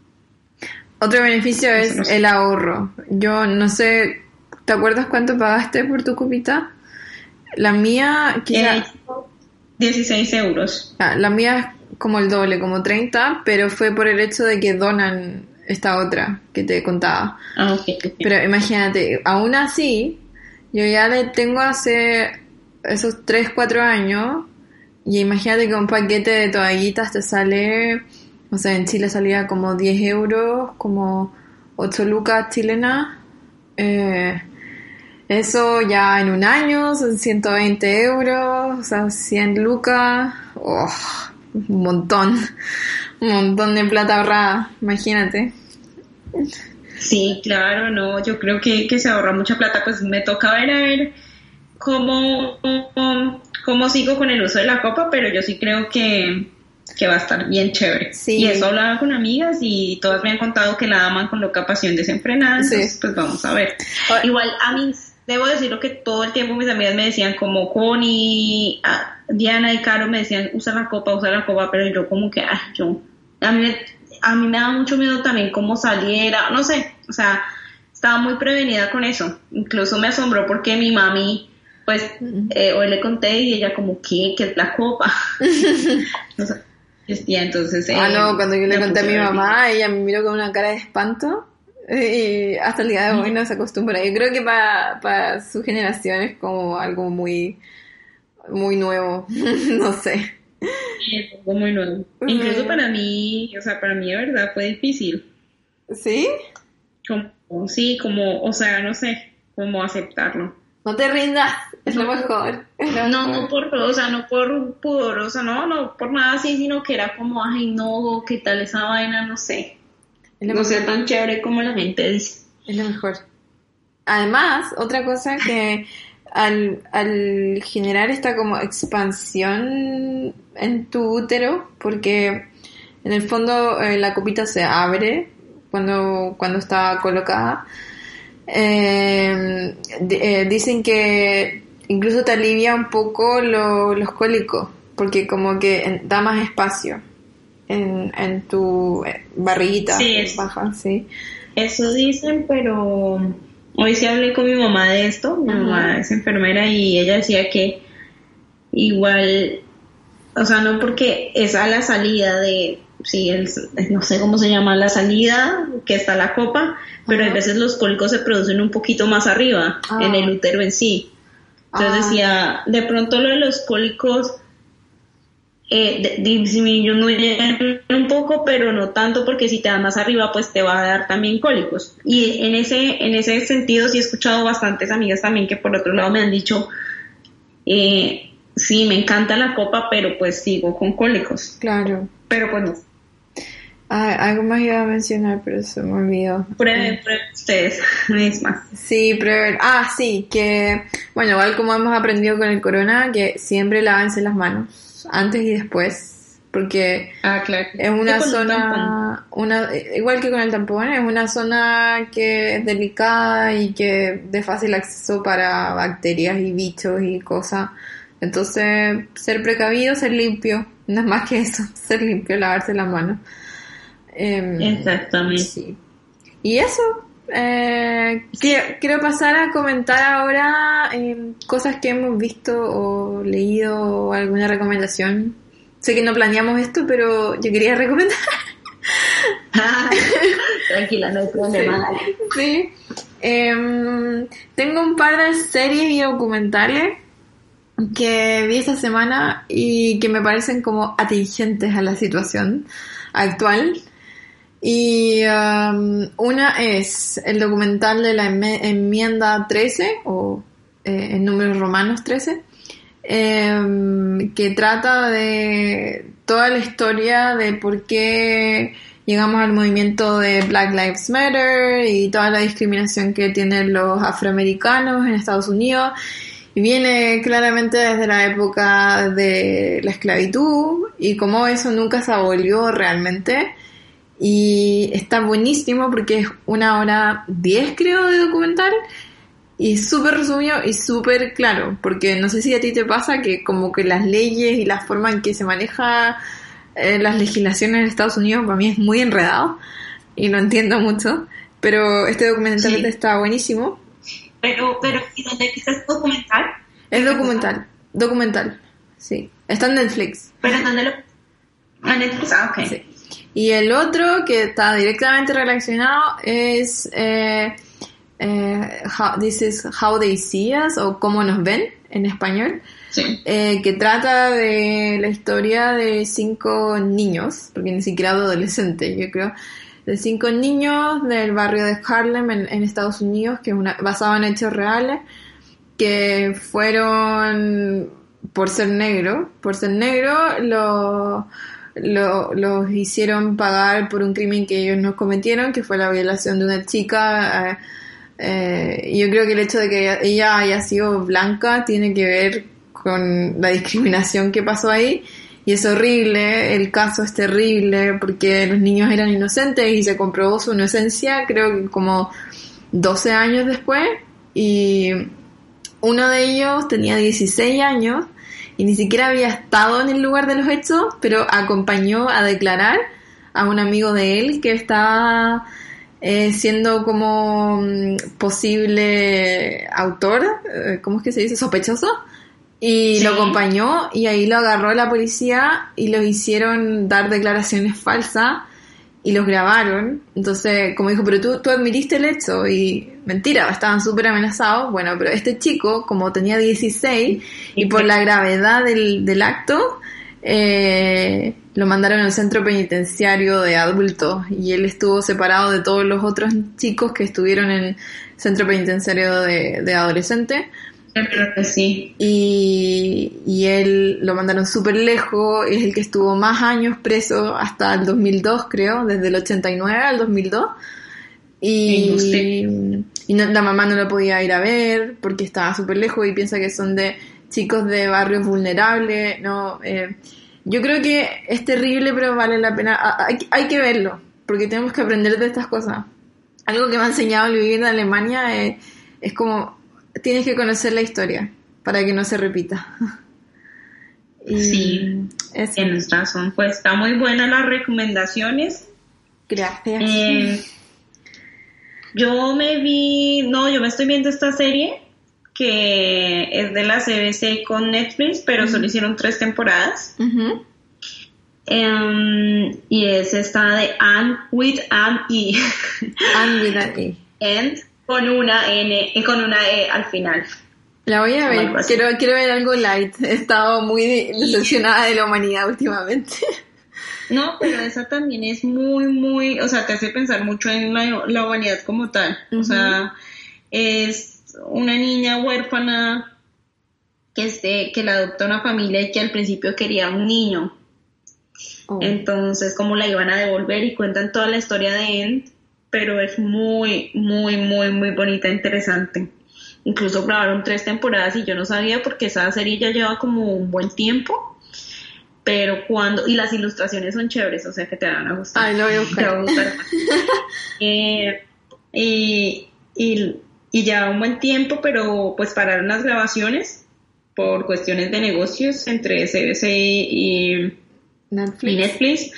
Otro beneficio es el ahorro. Yo no sé, ¿te acuerdas cuánto pagaste por tu copita? La mía, quizá... 16 euros. La mía es como el doble, como 30, pero fue por el hecho de que donan esta otra que te contaba. Okay. Pero imagínate, aún así, yo ya le tengo hace esos 3-4 años, y imagínate que un paquete de toallitas te sale, o sea, en Chile salía como 10 euros, como 8 lucas chilenas. Eso ya en un año son 120 euros, o sea, 100 lucas, un montón de plata ahorrada, imagínate. Sí, claro, no, yo creo que se ahorra mucha plata, pues me toca ver cómo sigo con el uso de la copa, pero yo sí creo que va a estar bien chévere. Sí. Y eso hablaba con amigas y todas me han contado que la aman con loca pasión desenfrenada, entonces sí. Pues vamos a ver. Igual a mí debo decirlo que todo el tiempo mis amigas me decían como Connie, Diana y Caro me decían usa la copa, pero yo como que a mí me daba mucho miedo también cómo saliera, no sé, o sea, estaba muy prevenida con eso. Incluso me asombró porque mi mami, pues, hoy le conté y ella como, ¿qué es la copa? No sé. Entonces, no, cuando yo le conté a mi mamá, ella me miró con una cara de espanto y hasta el día de hoy no se acostumbra. Yo creo que para su generación es como algo muy, muy nuevo, no sé. Sí, es algo muy nuevo. Incluso para mí, o sea, para mí de verdad fue difícil. ¿Sí? O sea, no sé cómo aceptarlo. No te rindas, es lo mejor. No por pudor, o sea, no por nada así, sino que era como, ay, no, ¿qué tal esa vaina? No sé. No sea tan chévere como la gente dice. Es lo mejor. Además, otra cosa que al generar esta como expansión en tu útero, porque en el fondo la copita se abre cuando está colocada, dicen que incluso te alivia un poco los cólicos, porque como que da más espacio en tu barriguita baja, sí. Eso dicen, pero hoy sí hablé con mi mamá de esto. Mi mamá es enfermera y ella decía que igual, o sea, no porque es a la salida de, no sé cómo se llama la salida, que está la copa, pero a veces los cólicos se producen un poquito más arriba, en el útero en sí. Entonces decía, de pronto lo de los cólicos disminuyen un poco, pero no tanto, porque si te da más arriba, pues te va a dar también cólicos. Y en ese sentido sí he escuchado bastantes amigas también que por otro lado me han dicho, sí, me encanta la copa, pero pues sigo con cólicos. Claro. Pero pues no. Algo más iba a mencionar, pero se me olvidó. Prueben ustedes mismas. Sí, prueben. Sí, que, bueno, igual como hemos aprendido con el corona, que siempre lávense las manos, antes y después, porque claro. es una zona, igual que con el tampón, es una zona que es delicada y que de fácil acceso para bacterias y bichos y cosas. Entonces, ser precavido, ser limpio, no es más que eso, ser limpio, lavarse las manos. Exactamente. Sí. Y eso, quiero pasar a comentar ahora cosas que hemos visto o leído o alguna recomendación. Sé que no planeamos esto, pero yo quería recomendar. Tranquila, no hay problema. Sí. Tengo un par de series y documentales que vi esta semana y que me parecen como atingentes a la situación actual. Y una es el documental de la enmienda 13 o en números romanos 13, que trata de toda la historia de por qué llegamos al movimiento de Black Lives Matter y toda la discriminación que tienen los afroamericanos en Estados Unidos. Y viene claramente desde la época de la esclavitud y cómo eso nunca se abolió realmente. Y está buenísimo porque es 1:10 creo de documental y súper resumido y súper claro, porque no sé si a ti te pasa que como que las leyes y la forma en que se maneja las legislaciones en Estados Unidos para mí es muy enredado y no entiendo mucho, pero este documental está buenísimo. Pero ¿y dónde está este documental? Es documental, sí, está en Netflix. ¿Pero dónde lo...? Netflix, ok. Sí. Y el otro que está directamente relacionado es This is How They See Us, o Cómo Nos Ven en español, sí. Que trata de la historia de 5 niños, porque ni siquiera adolescentes, yo creo, de 5 niños del barrio de Harlem en Estados Unidos, que es basado en hechos reales, que fueron por ser negro los hicieron pagar por un crimen que ellos no cometieron, que fue la violación de una chica. Yo creo que el hecho de que ella haya sido blanca tiene que ver con la discriminación que pasó ahí, y es horrible, el caso es terrible porque los niños eran inocentes y se comprobó su inocencia creo que como 12 años después, y uno de ellos tenía 16 años y ni siquiera había estado en el lugar de los hechos, pero acompañó a declarar a un amigo de él que estaba siendo como posible autor, ¿cómo es que se dice? Sospechoso. Y sí. Lo acompañó y ahí lo agarró la policía y los hicieron dar declaraciones falsas y los grabaron. Entonces, como dijo, pero tú admitiste el hecho y mentira, estaban súper amenazados. Bueno, pero este chico, como tenía 16 y por la gravedad del acto, lo mandaron al centro penitenciario de adultos y él estuvo separado de todos los otros chicos que estuvieron en el centro penitenciario de adolescentes. Sí. Y él lo mandaron súper lejos, es el que estuvo más años preso hasta el 2002, creo, desde el 89 al 2002. Y no, la mamá no lo podía ir a ver porque estaba súper lejos y piensa que son de chicos de barrios vulnerables. No, yo creo que es terrible, pero vale la pena. Hay que verlo porque tenemos que aprender de estas cosas. Algo que me ha enseñado el vivir en Alemania es como... Tienes que conocer la historia para que no se repita. Sí, tienes razón. Pues está muy buenas las recomendaciones. Gracias. Yo me estoy viendo esta serie que es de la CBC con Netflix, pero solo hicieron 3 temporadas. Uh-huh. Y es esta de Anne with an E. Anne with an E. And con una N y con una E al final. La voy a ver, quiero ver algo light. He estado muy decepcionada de la humanidad últimamente. No, pero esa también es muy, muy, o sea, te hace pensar mucho en la humanidad como tal. Uh-huh. O sea, es una niña huérfana que la adopta una familia y que al principio quería un niño. Oh. Entonces, cómo la iban a devolver y cuentan toda la historia de End. Pero es muy, muy, muy, muy bonita, interesante. Incluso grabaron 3 temporadas y yo no sabía porque esa serie ya lleva como un buen tiempo. Pero y las ilustraciones son chéveres, o sea que te van a gustar. Ay, lo voy a buscar. Te va a gustar más. Y ya un buen tiempo, pero pues pararon las grabaciones por cuestiones de negocios entre CBC y Netflix.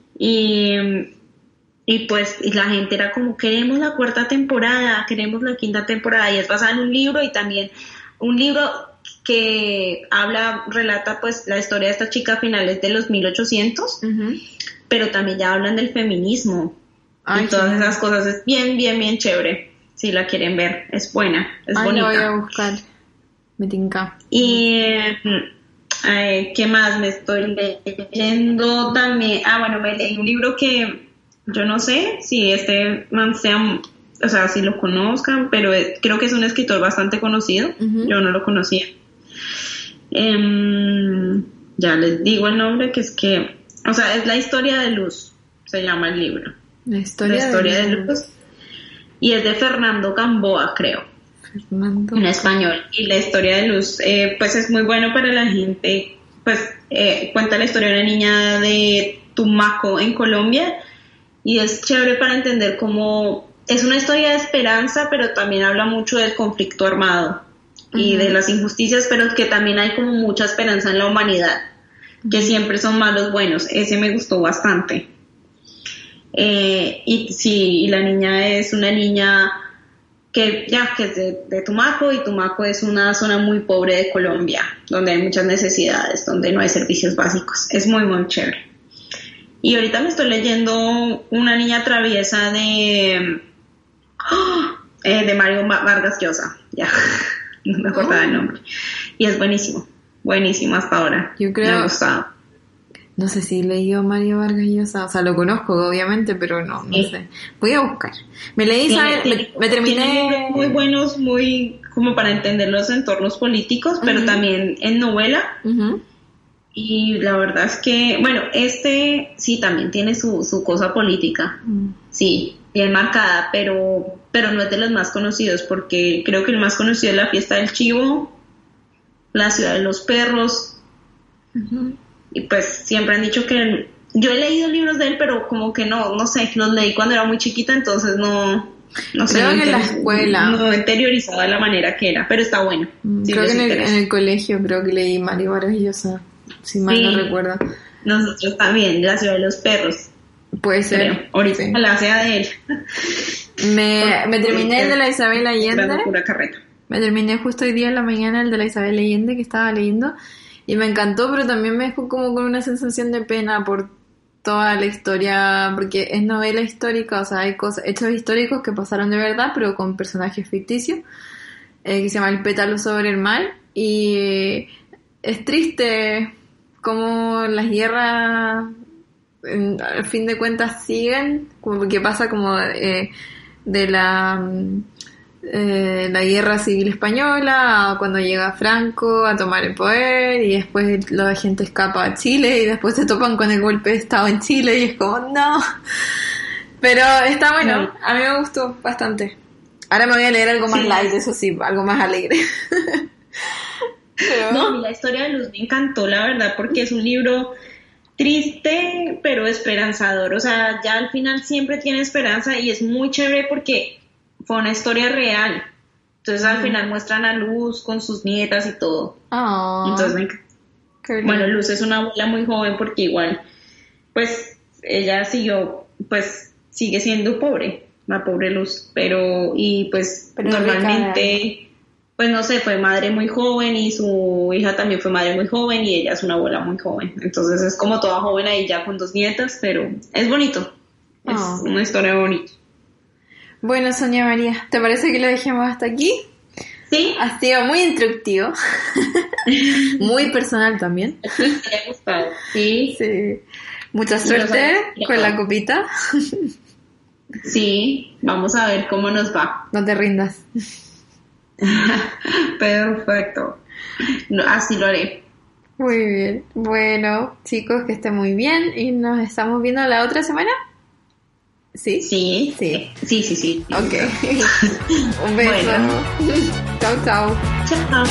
Y pues la gente era como, queremos la 4ª temporada, queremos la 5ª temporada, y es basada en un libro, y también un libro que relata pues la historia de esta chica a finales de los 1800, uh-huh. Pero también ya hablan del feminismo. Ay, y todas esas cosas. Es bien, bien, bien chévere, si la quieren ver, es buena, es bonita. La voy a buscar, me tinca. Y ¿qué más me estoy leyendo también? Bueno, me leí un libro que yo no sé si este man sea, o sea, si lo conozcan, pero creo que es un escritor bastante conocido. Uh-huh. Yo no lo conocía. Ya les digo el nombre, o sea, es La historia de Luz, se llama el libro. La historia de Luz. Y es de Fernando Gamboa, creo. En español. Y La historia de Luz, pues es muy bueno para la gente. Pues cuenta la historia de una niña de Tumaco, en Colombia. Y es chévere para entender cómo es una historia de esperanza, pero también habla mucho del conflicto armado y de las injusticias, pero que también hay como mucha esperanza en la humanidad, que siempre son malos buenos. Ese me gustó bastante. Y la niña es una niña que es de Tumaco, y Tumaco es una zona muy pobre de Colombia, donde hay muchas necesidades, donde no hay servicios básicos. Es muy, muy chévere. Y ahorita me estoy leyendo Una niña traviesa de Mario Vargas Llosa. Ya, no me acordaba el nombre. Y es buenísimo, buenísimo hasta ahora. Yo creo, me ha gustado. No sé si leí a Mario Vargas Llosa, o sea, lo conozco obviamente, pero no sé. Voy a buscar. Me leí, me terminé... Tiene muy buenos, muy como para entender los entornos políticos, uh-huh. Pero también en novela. Uh-huh. Y la verdad es que, bueno, sí también tiene su cosa política, sí, bien marcada, pero no es de los más conocidos, porque creo que el más conocido es La fiesta del chivo, La ciudad de los perros, uh-huh. Y pues siempre han dicho que, yo he leído libros de él, pero como que no sé, los leí cuando era muy chiquita, entonces no sé. Creo que en la escuela. No interiorizado de la manera que era, pero está bueno. Creo que en el colegio creo que leí Mario Vargas Llosa. Si mal no recuerdo. Nosotros también, La ciudad de los perros. Puede ser. Creo. Ahorita sí. la sea de él. Me terminé el de la Isabel Allende. Pura carreta. Me terminé justo hoy día en la mañana el de la Isabel Allende que estaba leyendo y me encantó, pero también me dejó como con una sensación de pena por toda la historia, porque es novela histórica, o sea, hay hechos históricos que pasaron de verdad, pero con personajes ficticios, que se llama El pétalo sobre el mar, y es triste como las guerras al fin de cuentas siguen, como que pasa como de la guerra civil española a cuando llega Franco a tomar el poder y después la gente escapa a Chile y después se topan con el golpe de estado en Chile y es como no, pero está bueno, a mí me gustó bastante. Ahora me voy a leer algo más light, eso sí, algo más alegre. Pero... No, a mí la historia de Luz me encantó, la verdad, porque es un libro triste pero esperanzador, o sea, ya al final siempre tiene esperanza y es muy chévere porque fue una historia real. Entonces al final muestran a Luz con sus nietas y todo. Entonces bueno, Luz es una abuela muy joven porque igual pues ella sigue siendo pobre, la pobre Luz, pero normalmente pues no sé, fue madre muy joven y su hija también fue madre muy joven y ella es una abuela muy joven. Entonces es como toda joven ahí ya con 2 nietas, pero es bonito. Es una historia bonita. Bueno, Sonia María, ¿te parece que lo dejemos hasta aquí? Sí. Ha sido muy instructivo. Muy personal también. Me ha gustado. Sí. Mucha suerte con la copita. Sí, vamos a ver cómo nos va. No te rindas. Perfecto. Así lo haré. Muy bien. Bueno, chicos, que estén muy bien y nos estamos viendo la otra semana. ¿Sí? Sí. Ok. Un beso. Bueno. Chao. Chao.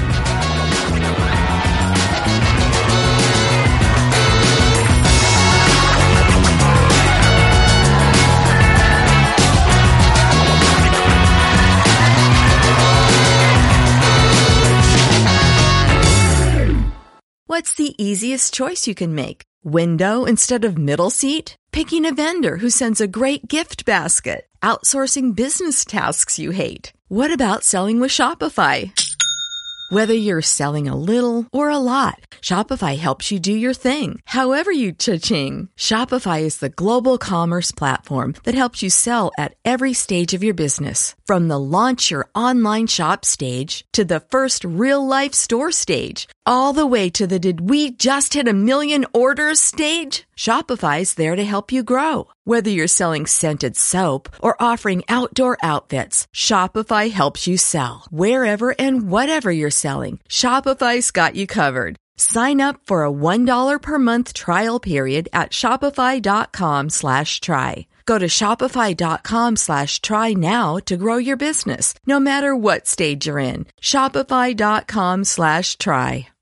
What's the easiest choice you can make? Window instead of middle seat? Picking a vendor who sends a great gift basket? Outsourcing business tasks you hate? What about selling with Shopify? Whether you're selling a little or a lot, Shopify helps you do your thing, however you cha-ching. Shopify is the global commerce platform that helps you sell at every stage of your business. From the launch your online shop stage to the first real-life store stage, all the way to the did we just hit 1 million orders stage. Shopify's there to help you grow. Whether you're selling scented soap or offering outdoor outfits, Shopify helps you sell. Wherever and whatever you're selling, Shopify's got you covered. Sign up for a $1 per month trial period at shopify.com/try. Go to shopify.com/try now to grow your business, no matter what stage you're in. Shopify.com/try.